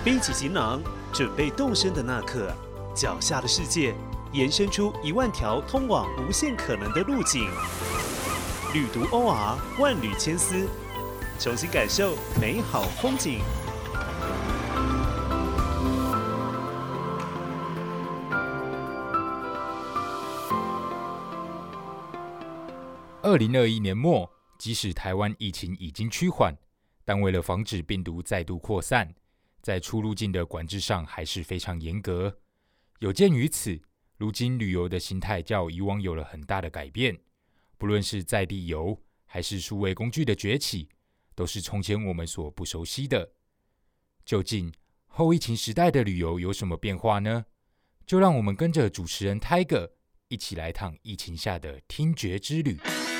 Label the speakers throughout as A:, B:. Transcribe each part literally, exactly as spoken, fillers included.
A: 背起行囊，准备动身的那刻，脚下的世界延伸出一万条通往无限可能的路径。旅读 O R 万缕千丝，重新感受美好风景。
B: 二零二一年末，即使台湾疫情已经趋缓，但为了防止病毒再度扩散，在出入境的管制上还是非常严格。有鉴于此，如今旅游的形态较以往有了很大的改变，不论是在地游还是数位工具的崛起，都是从前我们所不熟悉的。究竟后疫情时代的旅游有什么变化呢？就让我们跟着主持人 Tiger 一起来趟疫情下的听觉之旅。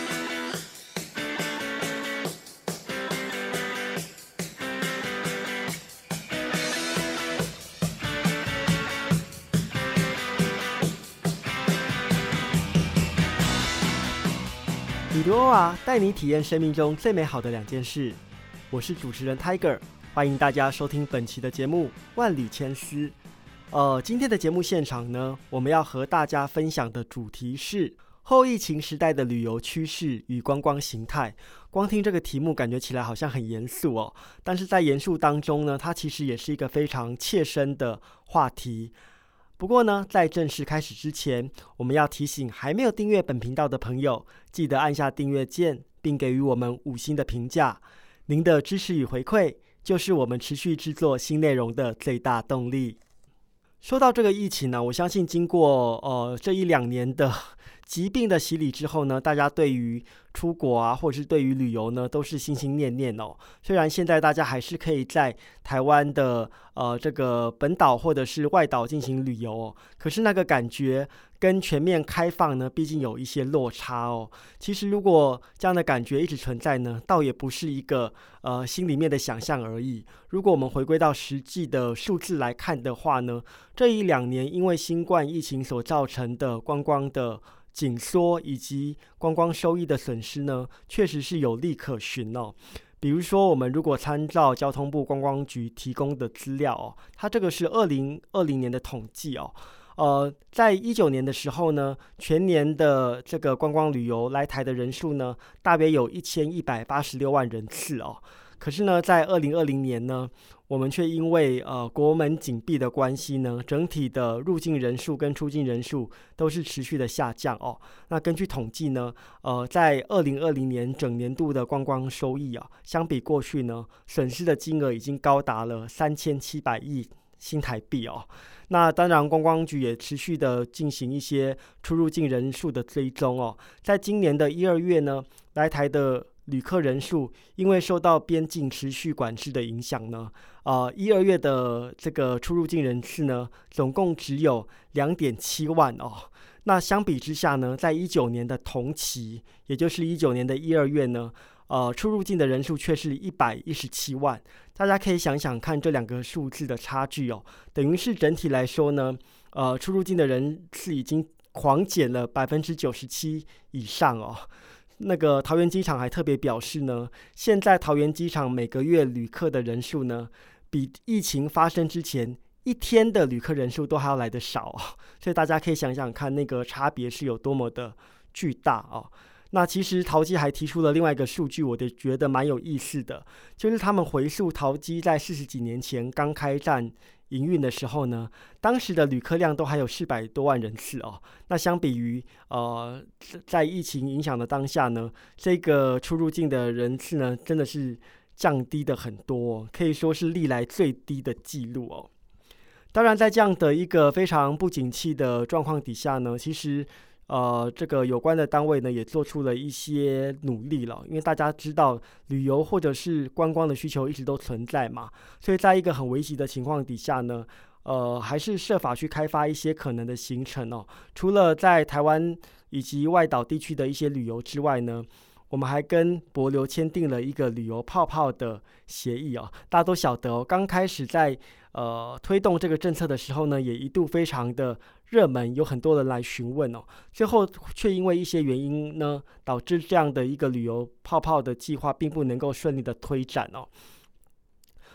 C: 旅读 O R 带你体验生命中最美好的两件事。我是主持人 Tiger， 欢迎大家收听本期的节目《万缕千丝》。呃，今天的节目现场呢，我们要和大家分享的主题是后疫情时代的旅游趋势与观光形态。光听这个题目，感觉起来好像很严肃哦，但是在严肃当中呢，它其实也是一个非常切身的话题。不过呢，在正式开始之前，我们要提醒还没有订阅本频道的朋友，记得按下订阅键，并给予我们五星的评价。您的支持与回馈，就是我们持续制作新内容的最大动力。说到这个疫情呢，我相信经过呃这一两年的疾病的洗礼之后呢，大家对于出国啊，或者是对于旅游呢，都是心心念念哦。虽然现在大家还是可以在台湾的呃这个本岛或者是外岛进行旅游哦，可是那个感觉跟全面开放呢，毕竟有一些落差哦。其实如果这样的感觉一直存在呢，倒也不是一个呃心里面的想象而已。如果我们回归到实际的数字来看的话呢，这一两年因为新冠疫情所造成的观光的紧缩以及观光收益的损失呢，确实是有利可循哦。比如说，我们如果参照交通部观光局提供的资料哦，它这个是二零二零年的统计哦。呃，在一九年的时候呢，全年的这个观光旅游来台的人数呢，大约有一千一百八十六万人次哦。可是呢，在二零二零年呢，我们却因为呃国门紧闭的关系呢，整体的入境人数跟出境人数都是持续的下降哦。那根据统计呢，呃，在二零二零年整年度的观光收益啊，相比过去呢，损失的金额已经高达了三千七百亿新台币哦。那当然，观光局也持续的进行一些出入境人数的追踪哦。在今年的一二月呢，来台的旅客人数因为受到边境持续管制的影响呢，呃，一二月的这个出入境人次呢，总共只有 两点七万哦。那相比之下呢，在一九年的同期，也就是一九年的一二月呢，呃，出入境的人数却是一百一十七万。大家可以想想看这两个数字的差距哦，等于是整体来说呢，呃，出入境的人次已经狂减了百分之九十七以上哦。那个桃园机场还特别表示呢，现在桃园机场每个月旅客的人数呢，比疫情发生之前一天的旅客人数都还要来得少哦。所以大家可以想想看，那个差别是有多么的巨大哦。那其实桃机还提出了另外一个数据，我觉得蛮有意思的，就是他们回溯桃机在四十几年前刚开站营运的时候呢，当时的旅客量都还有四百多万人次哦。那相比于呃在疫情影响的当下呢，这个出入境的人次呢，真的是降低的很多哦，可以说是历来最低的记录哦。当然，在这样的一个非常不景气的状况底下呢，其实呃，这个有关的单位呢也做出了一些努力了，因为大家知道旅游或者是观光的需求一直都存在嘛，所以在一个很危急的情况底下呢，呃，还是设法去开发一些可能的行程哦。除了在台湾以及外岛地区的一些旅游之外呢，我们还跟帛琉签订了一个旅游泡泡的协议哦。大家都晓得哦，刚开始在呃推动这个政策的时候呢，也一度非常的热门，有很多人来询问哦。最后却因为一些原因呢，导致这样的一个旅游泡泡的计划并不能够顺利的推展哦。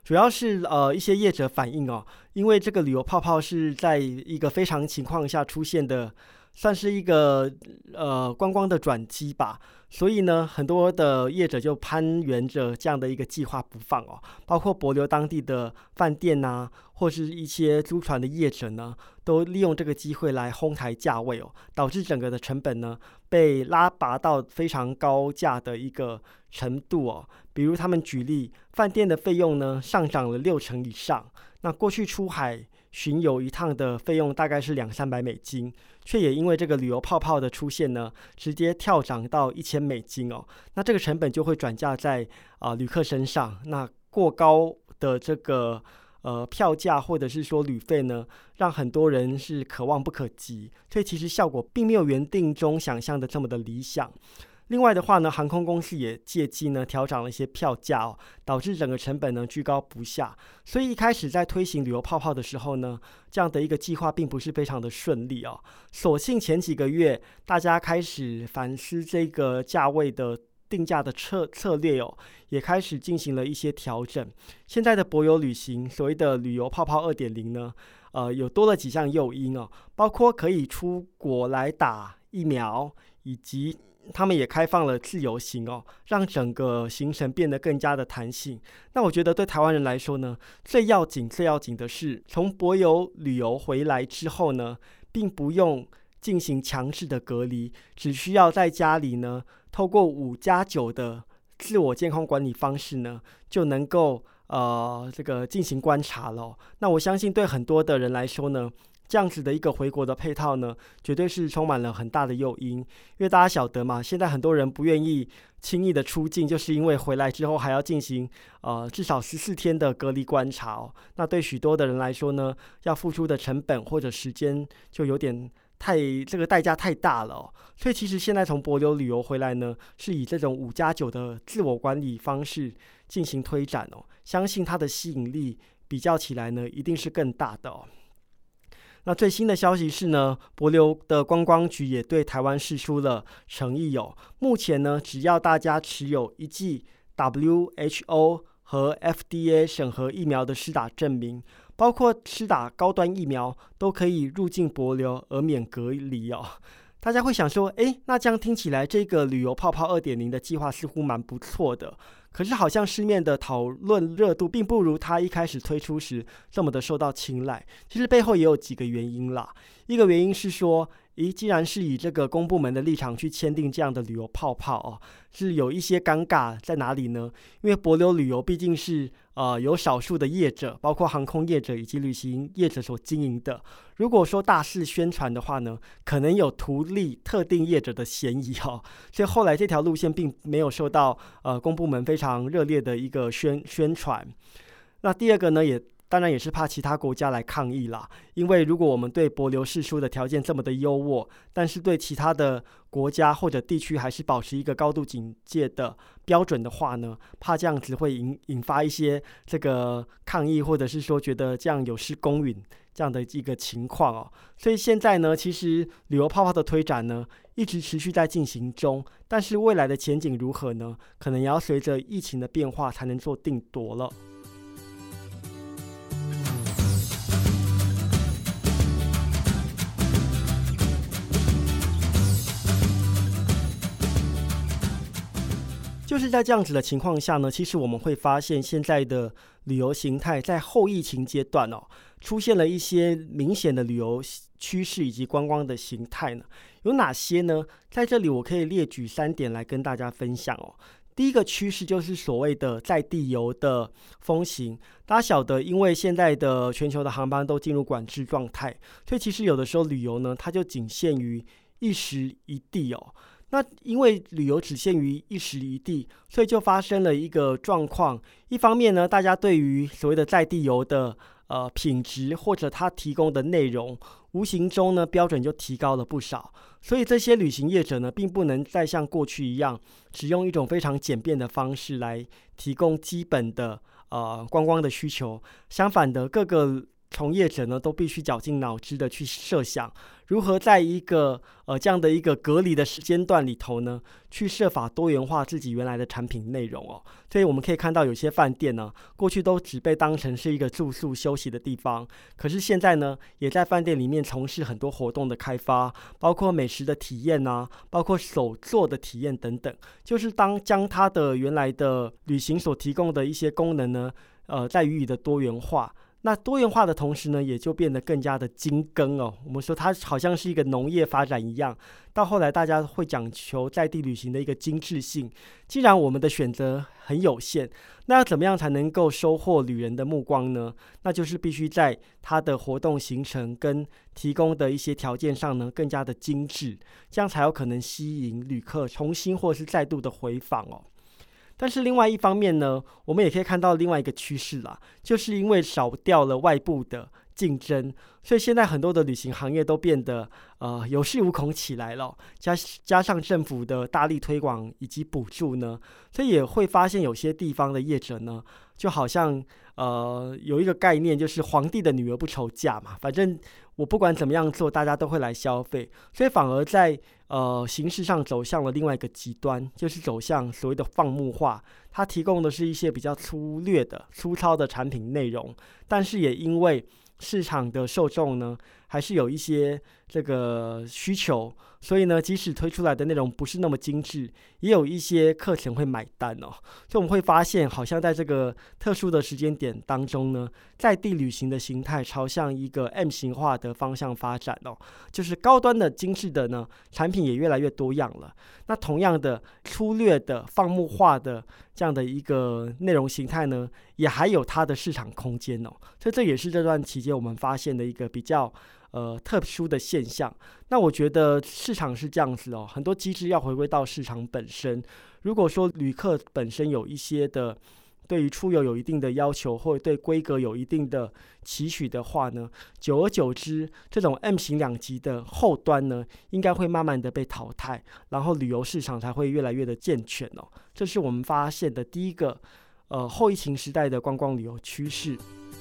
C: 主要是呃一些业者反映哦，因为这个旅游泡泡是在一个非常情况下出现的，算是一个呃观光的转机吧。所以呢，很多的业者就攀援着这样的一个计划不放哦，包括帛琉当地的饭店呐、啊，或是一些租船的业者呢，都利用这个机会来哄抬价位哦，导致整个的成本呢被拉拔到非常高价的一个程度哦。比如他们举例，饭店的费用呢上涨了六成以上，那过去出海巡游一趟的费用大概是两三百美金，却也因为这个旅游泡泡的出现呢，直接跳涨到一千美金哦。那这个成本就会转嫁在啊、呃、旅客身上，那过高的这个呃票价或者是说旅费呢，让很多人是可望不可及，所以其实效果并没有原定中想象的这么的理想。另外的话呢，航空公司也借机呢调涨了一些票价哦，导致整个成本呢居高不下。所以一开始在推行旅游泡泡的时候呢，这样的一个计划并不是非常的顺利哦。所幸前几个月大家开始反思这个价位的定价的策策略哦，也开始进行了一些调整。现在的帛琉旅行所谓的旅游泡泡 二点零 呢，呃，有多了几项诱因哦，包括可以出国来打疫苗，以及他们也开放了自由行哦，让整个行程变得更加的弹性。那我觉得对台湾人来说呢，最要紧最要紧的是，从帛琉旅游回来之后呢，并不用进行强制的隔离，只需要在家里呢，透过五加九的自我健康管理方式呢，就能够呃这个进行观察了哦。那我相信对很多的人来说呢，这样子的一个回国的配套呢，绝对是充满了很大的诱因。因为大家晓得嘛，现在很多人不愿意轻易的出境，就是因为回来之后还要进行呃至少十四天的隔离观察哦。那对许多的人来说呢，要付出的成本或者时间就有点太这个代价太大了哦。所以其实现在从帛琉旅游回来呢，是以这种五加九的自我管理方式进行推展哦，相信它的吸引力比较起来呢，一定是更大的哦。那最新的消息是呢，帛琉的观光局也对台湾释出了诚意哦。目前呢，只要大家持有一剂 W H O 和 F D A 审核疫苗的施打证明，包括施打高端疫苗，都可以入境帛琉而免隔离哦。大家会想说，诶，那这样听起来，这个旅游泡泡 二点零 的计划似乎蛮不错的。可是好像市面的讨论热度并不如他一开始推出时这么的受到青睐。其实背后也有几个原因啦。一个原因是说，咦，既然是以这个公部门的立场去签订这样的旅游泡泡哦，是有一些尴尬在哪里呢？因为帛琉旅游毕竟是呃有少数的业者，包括航空业者以及旅行业者所经营的。如果说大肆宣传的话呢，可能有图利特定业者的嫌疑哦。所以后来这条路线并没有受到呃公部门非常热烈的一个宣宣传。那第二个呢，也当然也是怕其他国家来抗议啦，因为如果我们对帛琉释出的条件这么的优渥，但是对其他的国家或者地区还是保持一个高度警戒的标准的话呢，怕这样子会引引发一些这个抗议，或者是说觉得这样有失公允这样的一个情况哦。所以现在呢，其实旅游泡泡的推展呢，一直持续在进行中，但是未来的前景如何呢？可能也要随着疫情的变化才能做定夺了。就是在这样子的情况下呢，其实我们会发现现在的旅游形态在后疫情阶段哦，出现了一些明显的旅游趋势以及观光的形态呢。有哪些呢？在这里我可以列举三点来跟大家分享哦。第一个趋势就是所谓的在地游的风行。大家晓得，因为现在的全球的航班都进入管制状态，所以其实有的时候旅游呢，它就仅限于一时一地哦。那因为旅游只限于一时一地，所以就发生了一个状况。一方面呢，大家对于所谓的在地游的呃品质或者它提供的内容，无形中呢标准就提高了不少。所以这些旅行业者呢，并不能再像过去一样，只用一种非常简便的方式来提供基本的呃观光的需求。相反的，各个从业者呢都必须绞尽脑汁的去设想，如何在一个呃这样的一个隔离的时间段里头呢，去设法多元化自己原来的产品内容哦。所以我们可以看到有些饭店呢，过去都只被当成是一个住宿休息的地方，可是现在呢，也在饭店里面从事很多活动的开发，包括美食的体验啊，包括手作的体验等等，就是当将它的原来的旅行所提供的一些功能呢，呃，再予以的多元化。那多元化的同时呢，也就变得更加的精耕哦。我们说它好像是一个农业发展一样，到后来大家会讲求在地旅行的一个精致性。既然我们的选择很有限，那要怎么样才能够收获旅人的目光呢？那就是必须在它的活动行程跟提供的一些条件上呢，更加的精致，这样才有可能吸引旅客重新或是再度的回访哦。但是另外一方面呢，我们也可以看到另外一个趋势啦，就是因为少掉了外部的竞争，所以现在很多的旅行行业都变得呃有恃无恐起来了。加加上政府的大力推广以及补助呢，所以也会发现有些地方的业者呢，就好像呃有一个概念，就是皇帝的女儿不愁嫁嘛，反正我不管怎么样做，大家都会来消费，所以反而在呃形式上走向了另外一个极端，就是走向所谓的放牧化。它提供的是一些比较粗略的、粗糙的产品内容，但是也因为市场的受众呢，还是有一些这个需求，所以呢，即使推出来的内容不是那么精致，也有一些课程会买单哦。所以我们会发现，好像在这个特殊的时间点当中呢，在地旅行的形态朝向一个 M 型化的方向发展哦，就是高端的、精致的呢，产品也越来越多样了。那同样的粗略的、放牧化的这样的一个内容形态呢，也还有它的市场空间哦。所以这也是这段期间我们发现的一个比较呃特殊的现象。那我觉得市场是这样子哦，很多机制要回归到市场本身。如果说旅客本身有一些的对于出游有一定的要求，或者对规格有一定的期许的话呢，久而久之，这种 M 型两极的后端呢，应该会慢慢的被淘汰，然后旅游市场才会越来越的健全哦。这是我们发现的第一个呃后疫情时代的观光旅游趋势。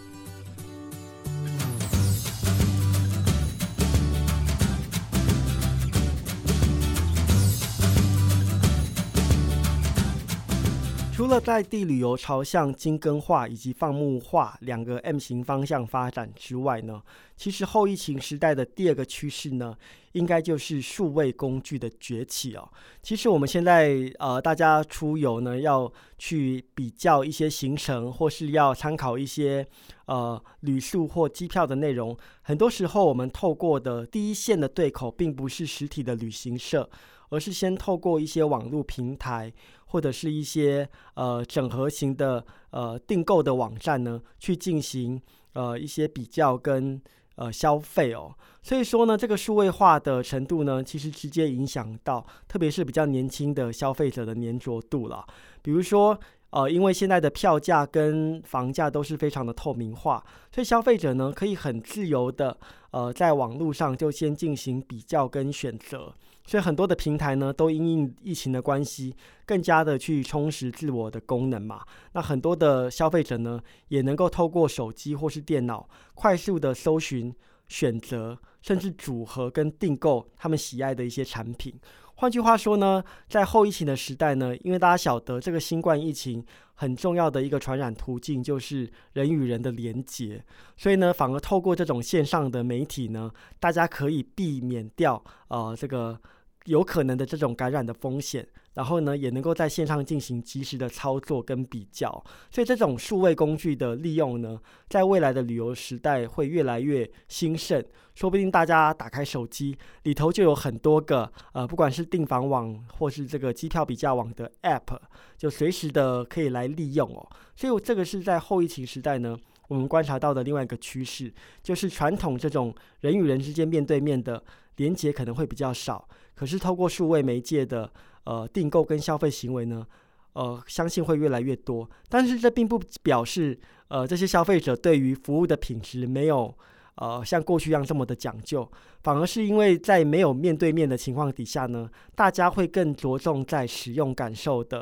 C: 除了在地旅游朝向精耕化以及放牧化两个 M 型方向发展之外呢，其实后疫情时代的第二个趋势呢，应该就是数位工具的崛起哦。其实我们现在呃大家出游呢，要去比较一些行程，或是要参考一些呃旅宿或机票的内容，很多时候我们透过的第一线的对口，并不是实体的旅行社，而是先透过一些网络平台，或者是一些呃整合型的呃订购的网站呢，去进行呃一些比较跟呃消费哦。所以说呢，这个数位化的程度呢，其实直接影响到，特别是比较年轻的消费者的粘着度了。比如说呃，因为现在的票价跟房价都是非常的透明化，所以消费者呢可以很自由的呃在网络上就先进行比较跟选择。所以很多的平台呢，都因应疫情的关系，更加的去充实自我的功能嘛。那很多的消费者呢，也能够透过手机或是电脑，快速的搜寻、选择，甚至组合跟订购他们喜爱的一些产品。换句话说呢，在后疫情的时代呢，因为大家晓得这个新冠疫情很重要的一个传染途径就是人与人的连结，所以呢，反而透过这种线上的媒体呢，大家可以避免掉呃这个有可能的这种感染的风险，然后呢，也能够在线上进行及时的操作跟比较。所以这种数位工具的利用呢，在未来的旅游时代会越来越兴盛。说不定大家打开手机里头就有很多个呃，不管是订房网或是这个机票比价网的 App， 就随时的可以来利用哦。所以这个是在后疫情时代呢，我们观察到的另外一个趋势，就是传统这种人与人之间面对面的连结可能会比较少，可是透过数位媒介的呃订购跟消费行为呢，呃，相信会越来越多。但是这并不表示呃这些消费者对于服务的品质没有呃像过去一样这么的讲究，反而是因为在没有面对面的情况底下呢，大家会更着重在使用感受的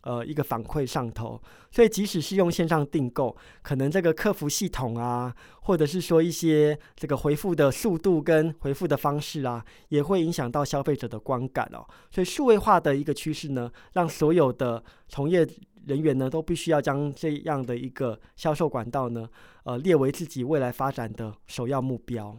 C: 呃一个反馈上头，所以即使是用线上订购，可能这个客服系统啊，或者是说一些这个回复的速度跟回复的方式啊，也会影响到消费者的观感哦。所以数位化的一个趋势呢，让所有的从业人员呢都必须要将这样的一个销售管道呢，呃列为自己未来发展的首要目标。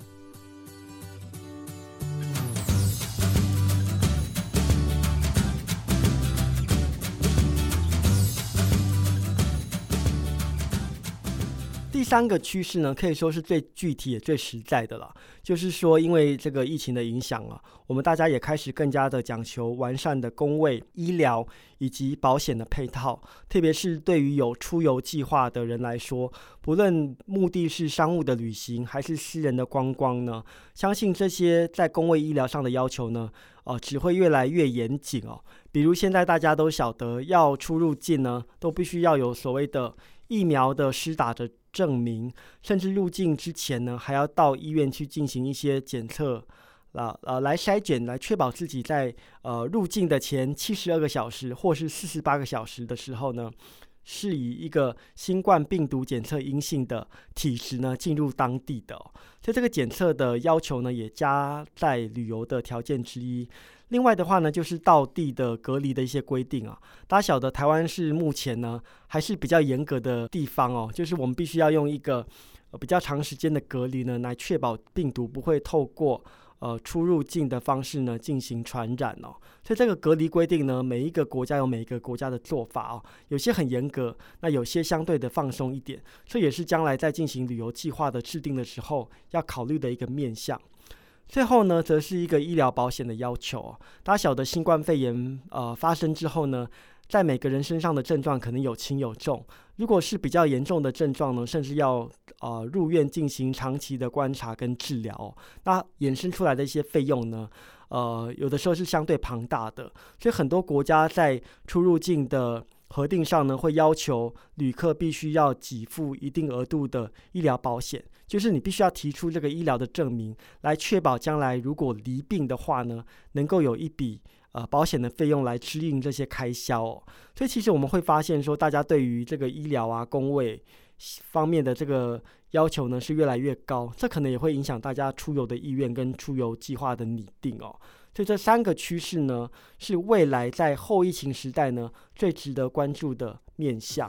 C: 第三个趋势呢，可以说是最具体也最实在的了，就是说因为这个疫情的影响啊，我们大家也开始更加的讲求完善的公卫、医疗以及保险的配套，特别是对于有出游计划的人来说，不论目的是商务的旅行还是私人的观光呢，相信这些在公卫医疗上的要求呢，呃，只会越来越严谨哦。比如现在大家都晓得，要出入境呢，都必须要有所谓的疫苗的施打的证明，甚至入境之前呢，还要到医院去进行一些检测，呃呃，来筛检，来确保自己在呃入境的前七十二个小时或是四十八个小时的时候呢，是以一个新冠病毒检测阴性的体质呢进入当地的、哦，所以这个检测的要求呢也加在旅游的条件之一。另外的话呢，就是到地的隔离的一些规定啊。大家晓得台湾是目前呢还是比较严格的地方哦，就是我们必须要用一个、呃、比较长时间的隔离呢，来确保病毒不会透过呃出入境的方式呢进行传染哦。所以这个隔离规定呢，每一个国家有每一个国家的做法哦，有些很严格，那有些相对的放松一点，这也是将来在进行旅游计划的制定的时候要考虑的一个面向。最后呢，则是一个医疗保险的要求、哦。大家晓得新冠肺炎呃发生之后呢，在每个人身上的症状可能有轻有重，如果是比较严重的症状呢，甚至要呃入院进行长期的观察跟治疗、哦。那衍生出来的一些费用呢，呃有的时候是相对庞大的，所以很多国家在出入境的核定上呢，会要求旅客必须要给付一定额度的医疗保险，就是你必须要提出这个医疗的证明，来确保将来如果罹病的话呢，能够有一笔呃保险的费用来支应这些开销哦。所以其实我们会发现说，大家对于这个医疗啊、公卫方面的这个要求呢是越来越高，这可能也会影响大家出游的意愿跟出游计划的拟定哦。所以这三个趋势呢，是未来在后疫情时代呢最值得关注的面向。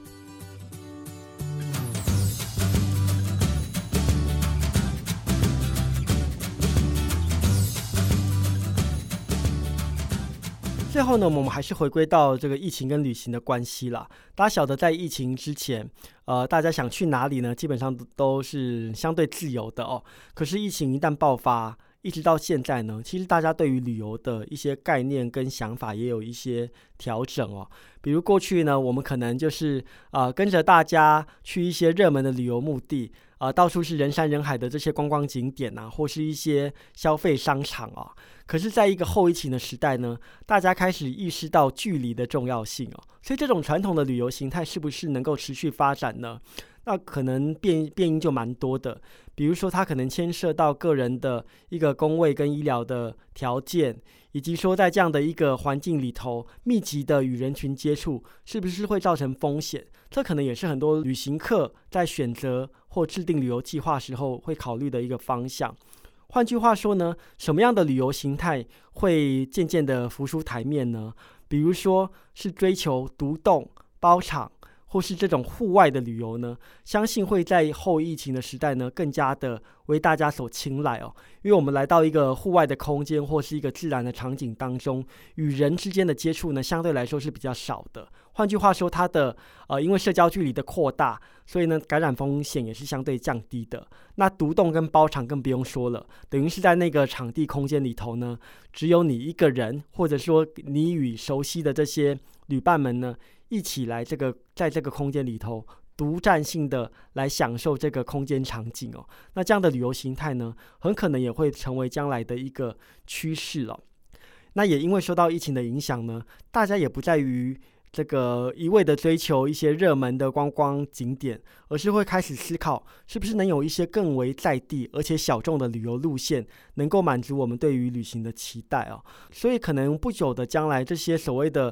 C: 最后呢，我们还是回归到这个疫情跟旅行的关系啦。大家晓得，在疫情之前，呃，大家想去哪里呢？基本上都是相对自由的哦。可是疫情一旦爆发，一直到现在呢，其实大家对于旅游的一些概念跟想法也有一些调整哦。比如过去呢，我们可能就是呃跟着大家去一些热门的旅游目的，呃，到处是人山人海的这些观光景点啊，或是一些消费商场啊。可是，在一个后疫情的时代呢，大家开始意识到距离的重要性哦。所以，这种传统的旅游形态是不是能够持续发展呢？那可能变变因就蛮多的，比如说它可能牵涉到个人的一个公卫跟医疗的条件，以及说在这样的一个环境里头密集的与人群接触，是不是会造成风险？这可能也是很多旅行客在选择或制定旅游计划时候会考虑的一个方向。换句话说呢，什么样的旅游形态会渐渐的浮出台面呢？比如说是追求独栋、包场，或是这种户外的旅游呢，相信会在后疫情的时代呢，更加的为大家所青睐哦。因为我们来到一个户外的空间或是一个自然的场景当中，与人之间的接触呢，相对来说是比较少的。换句话说，它的呃，因为社交距离的扩大，所以呢，感染风险也是相对降低的。那独栋跟包场更不用说了，等于是在那个场地空间里头呢，只有你一个人，或者说你与熟悉的这些旅伴们呢，一起来这个在这个空间里头独占性的来享受这个空间场景哦。那这样的旅游形态呢，很可能也会成为将来的一个趋势了。那也因为受到疫情的影响呢，大家也不在于这个一味的追求一些热门的观光景点，而是会开始思考是不是能有一些更为在地而且小众的旅游路线，能够满足我们对于旅行的期待哦。所以可能不久的将来，这些所谓的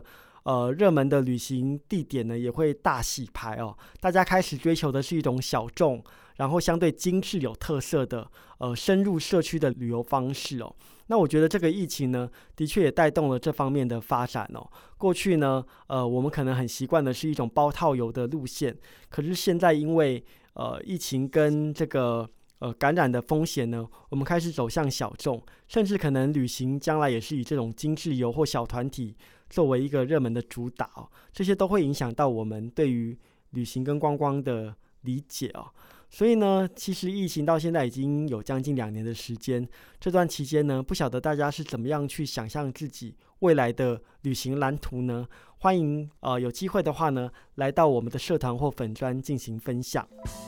C: 呃热门的旅行地点呢也会大洗牌哦，大家开始追求的是一种小众，然后相对精致有特色的呃深入社区的旅游方式哦。那我觉得这个疫情呢，的确也带动了这方面的发展哦。过去呢，呃，我们可能很习惯的是一种包套游的路线，可是现在因为呃疫情跟这个呃感染的风险呢，我们开始走向小众，甚至可能旅行将来也是以这种精致游或小团体作为一个热门的主打哦。这些都会影响到我们对于旅行跟观光的理解哦。所以呢，其实疫情到现在已经有将近两年的时间，这段期间呢，不晓得大家是怎么样去想象自己未来的旅行蓝图呢？欢迎呃有机会的话呢，来到我们的社团或粉专进行分享。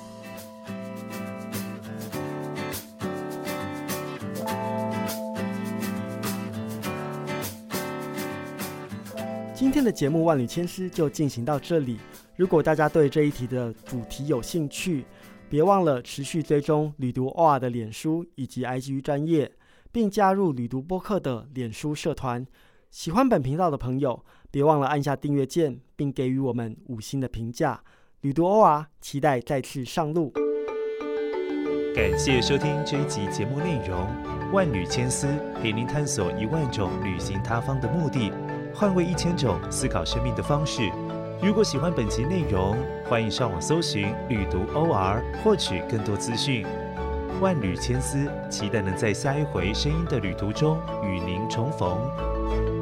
C: 今天的节目《万里千丝》就进行到这里。如果大家对这一题的主题有兴趣，别忘了持续追踪旅读 O R 的脸书以及 I G 专页，并加入旅读播客的脸书社团。喜欢本频道的朋友，别忘了按下订阅键，并给予我们五星的评价。旅读 O R 期待再次上路。
A: 感谢收听这一集节目内容，万缕千丝陪您探索一万种旅行他方的目的，换位一千种思考生命的方式。如果喜欢本集内容，欢迎上网搜寻旅读 O R 获取更多资讯。万缕千丝，期待能在下一回声音的旅途中与您重逢。